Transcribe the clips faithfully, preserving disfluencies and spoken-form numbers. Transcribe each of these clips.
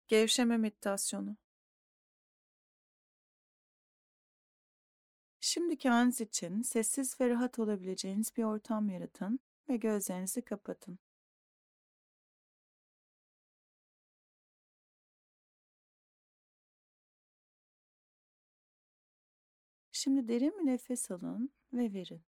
Gevşeme meditasyonu. Şimdiki anınız için sessiz ve rahat olabileceğiniz bir ortam yaratın ve gözlerinizi kapatın. Şimdi derin bir nefes alın ve verin.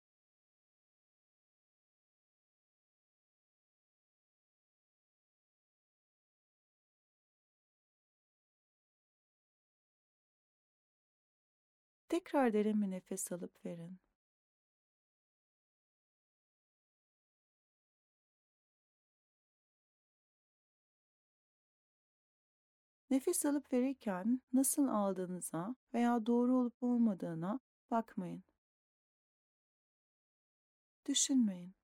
Tekrar derin bir nefes alıp verin. Nefes alıp verirken nasıl aldığınıza veya doğru olup olmadığına bakmayın. Düşünmeyin.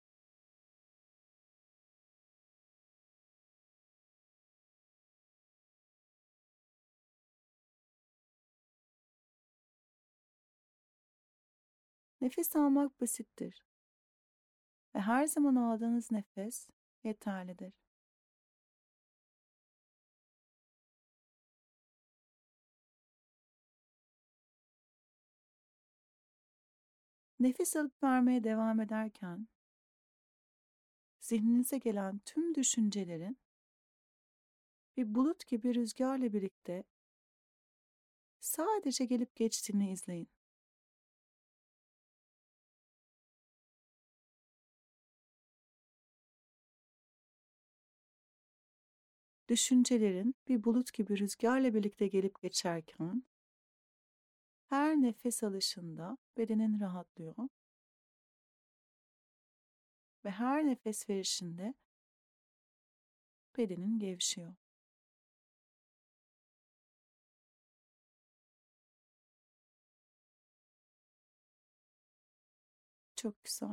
Nefes almak basittir ve her zaman aldığınız nefes yeterlidir. Nefes alıp vermeye devam ederken zihninize gelen tüm düşüncelerin bir bulut gibi rüzgarla birlikte sadece gelip geçtiğini izleyin. Düşüncelerin bir bulut gibi rüzgarla birlikte gelip geçerken her nefes alışında bedenin rahatlıyor ve her nefes verişinde bedenin gevşiyor. Çok güzel.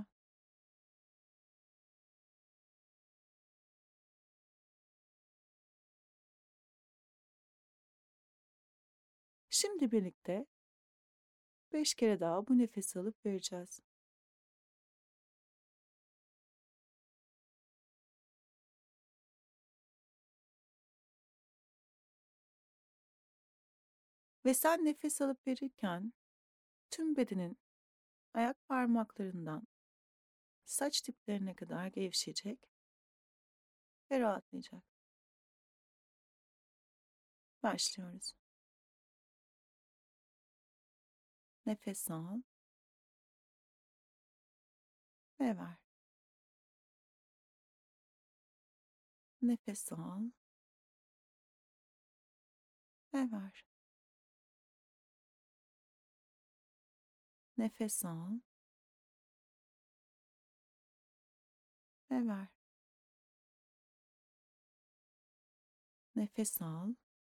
Şimdi birlikte beş kere daha bu nefesi alıp vereceğiz. Ve sen nefes alıp verirken tüm bedenin ayak parmaklarından saç diplerine kadar gevşeyecek ve rahatlayacak. Başlıyoruz. Nefes al ve ver. Nefes al ve ver. Nefes al ve ver. Nefes al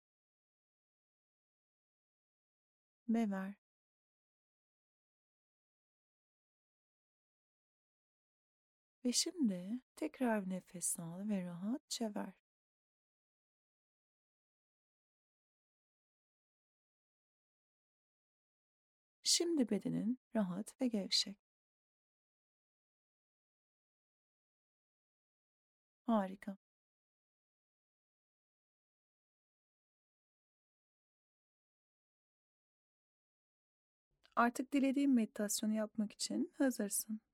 ve ver. Ve şimdi tekrar bir nefes al ve rahatça ver. Şimdi bedenin rahat ve gevşek. Harika. Artık dilediğin meditasyonu yapmak için hazırsın.